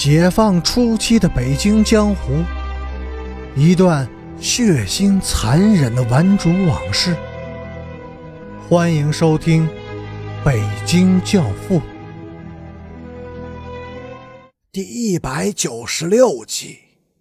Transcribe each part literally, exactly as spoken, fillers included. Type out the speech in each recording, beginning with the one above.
解放初期的北京江湖，一段血腥残忍的顽主往事。欢迎收听《北京教父》 第一百九十六集。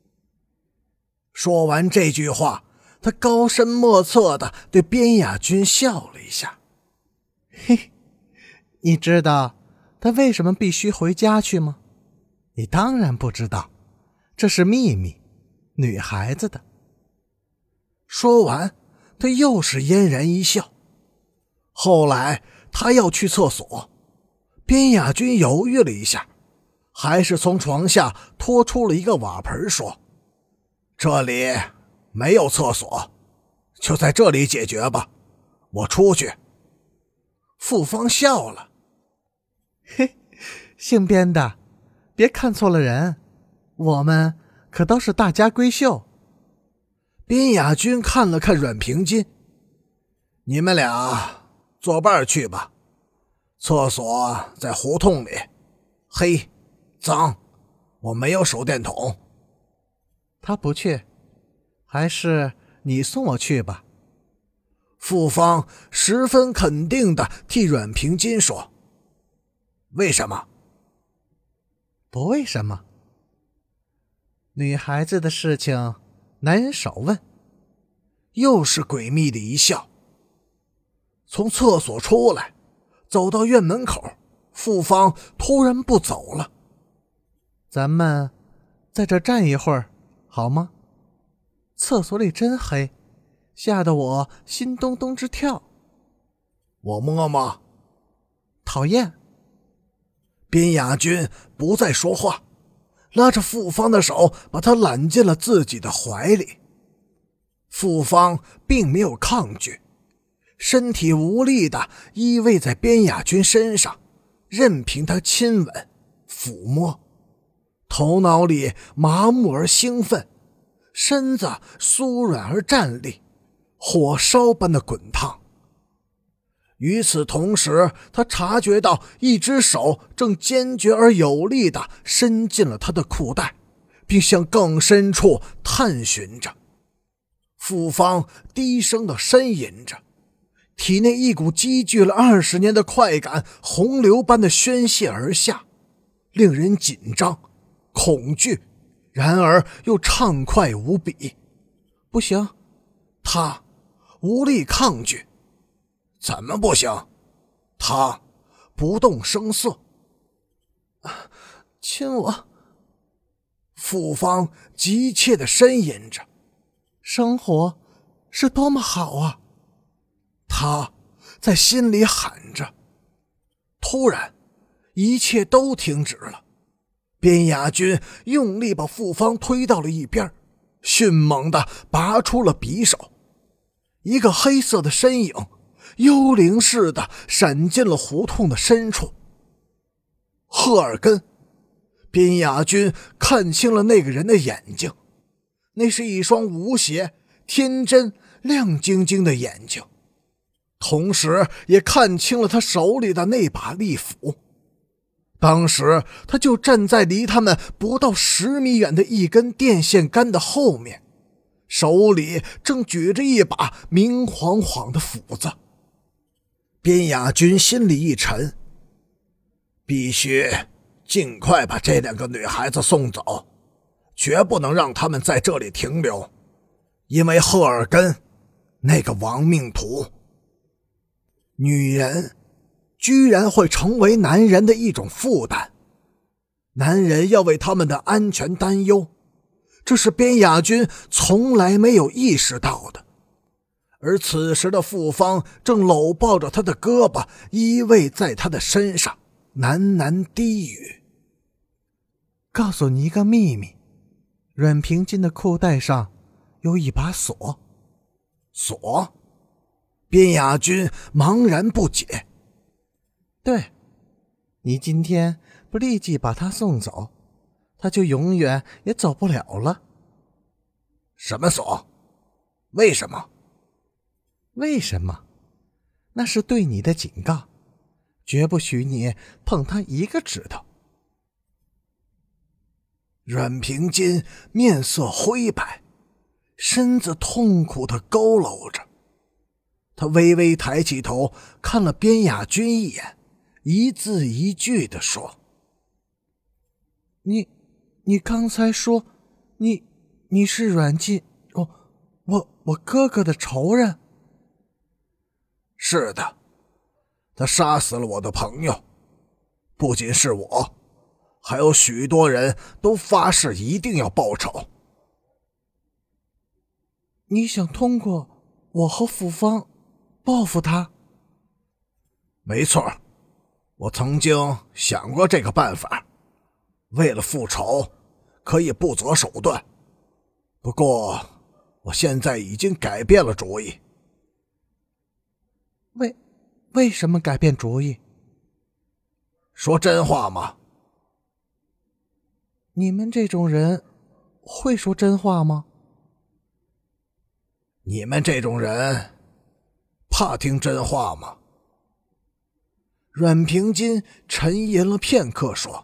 说完这句话，他高深莫测地对边雅君笑了一下。 嘿，你知道他为什么必须回家去吗？你当然不知道，这是秘密，女孩子的。 说完，他又是嫣然一笑。后来他要去厕所，边雅君犹豫了一下，还是从床下拖出了一个瓦盆，说：这里没有厕所，就在这里解决吧，我出去。傅芳笑了： 嘿，姓边的，别看错了人，我们可都是大家闺秀。 边雅君看了看阮平金：你们俩作伴去吧，厕所在胡同里，黑脏，我没有手电筒。 他不去，还是你送我去吧。 傅芳十分肯定地替阮平金说：为什么？ 不为什么。女孩子的事情男人少问。 又是诡秘的一笑。从厕所出来，走到院门口，傅芳突然不走了。 咱们在这站一会儿好吗？厕所里真黑，吓得我心咚咚直跳。 我摸摸。 讨厌。 边雅君不再说话，拉着傅芳的手把她揽进了自己的怀里。傅芳并没有抗拒，身体无力地依偎在边雅君身上，任凭他亲吻抚摸，头脑里麻木而兴奋，身子酥软而站立，火烧般的滚烫。与此同时，他察觉到一只手正坚决而有力地伸进了他的裤带，并向更深处探寻着。傅芳低声地呻吟着，体内一股积聚了二十年的快感洪流般的宣泄而下，令人紧张恐惧，然而又畅快无比。不行，他无力抗拒。怎么不行？他不动声色。亲我。傅芳急切地呻吟着。 生活是多么好啊！ 他在心里喊着。突然，一切都停止了。边雅君用力把傅芳推到了一边，迅猛地拔出了匕首。一个黑色的身影幽灵似的闪进了胡同的深处。赫尔根。边雅君看清了那个人的眼睛，那是一双无邪、天真、亮晶晶的眼睛，同时也看清了他手里的那把利斧。当时他就站在离他们不到十米远的一根电线杆的后面，手里正举着一把明晃晃的斧子。边雅君心里一沉，必须尽快把这两个女孩子送走，绝不能让他们在这里停留，因为赫尔根那个亡命徒。女人居然会成为男人的一种负担，男人要为他们的安全担忧，这是边雅君从来没有意识到的。而此时的傅芳正搂抱着他的胳膊，依偎在他的身上，喃喃低语： 告诉你一个秘密，阮平金的裤带上有一把锁。 锁？边雅君茫然不解。 对，你今天不立即把他送走，他就永远也走不了了。 什么锁？为什么？ 为什么？那是对你的警告，绝不许你碰他一个指头。 阮平金面色灰白，身子痛苦地佝偻着。他微微抬起头，看了边雅君一眼，一字一句地说：“ 你，你刚才说，你，你是阮进，哦，我，我哥哥的仇人。”“ 是的，他杀死了我的朋友，不仅是我，还有许多人都发誓一定要报仇。”“ 你想通过我和傅芳报复他？”“ 没错，我曾经想过这个办法，为了复仇可以不择手段，不过我现在已经改变了主意。”“ 为为什么改变主意？”“ 说真话吗？”“ 你们这种人会说真话吗？”“ 你们这种人怕听真话吗？”阮平金沉吟了片刻说：“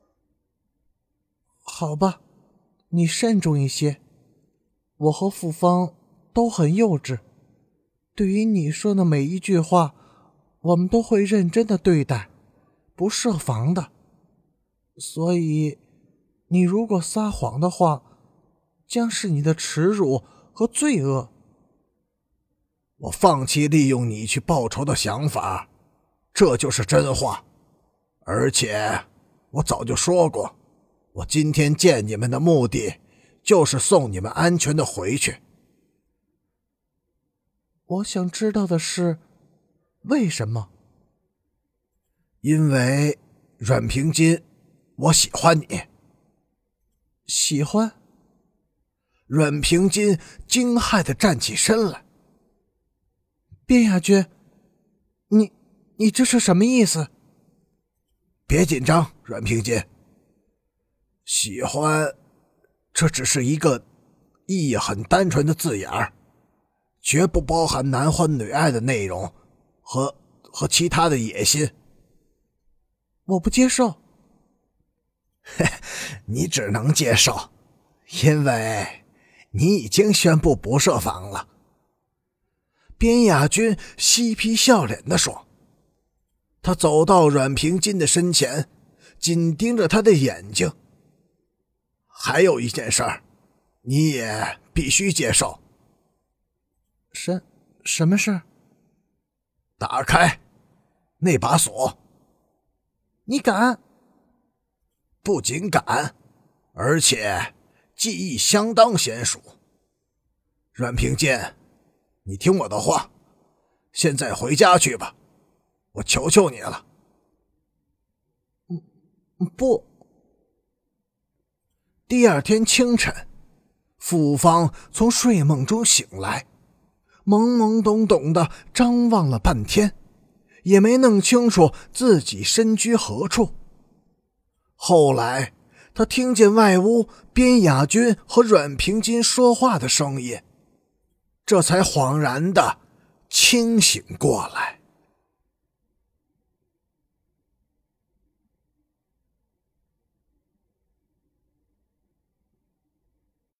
好吧，你慎重一些。我和傅芳都很幼稚，对于你说的每一句话，我们都会认真的对待，不设防的。所以，你如果撒谎的话，将是你的耻辱和罪恶。”“ 我放弃利用你去报仇的想法，这就是真话。而且我早就说过，我今天见你们的目的就是送你们安全的回去。”“ 我想知道的是，为什么？”“ 因为阮平金，我喜欢你。”“ 喜欢？” 阮平金惊骇地站起身来。“ 边雅君，你你这是什么意思？”“ 别紧张，阮平金。喜欢，这只是一个意义很单纯的字眼儿，绝不包含男欢女爱的内容和和其他的野心。”“ 我不接受。”“ 你只能接受，因为你已经宣布不设防了。”边雅君嬉皮笑脸地说。他走到阮平金的身前，紧盯着他的眼睛。“还有一件事儿，你也必须接受。”“ 什什么事？”“ 打开那把锁。”“ 你敢？”“ 不仅敢，而且技艺相当娴熟。阮平金，你听我的话，现在回家去吧，我求求你了。”“ 嗯，不。” 第二天清晨，傅芳从睡梦中醒来，懵懵懂懂地张望了半天，也没弄清楚自己身居何处。后来他听见外屋边雅君和阮平金说话的声音，这才恍然地清醒过来。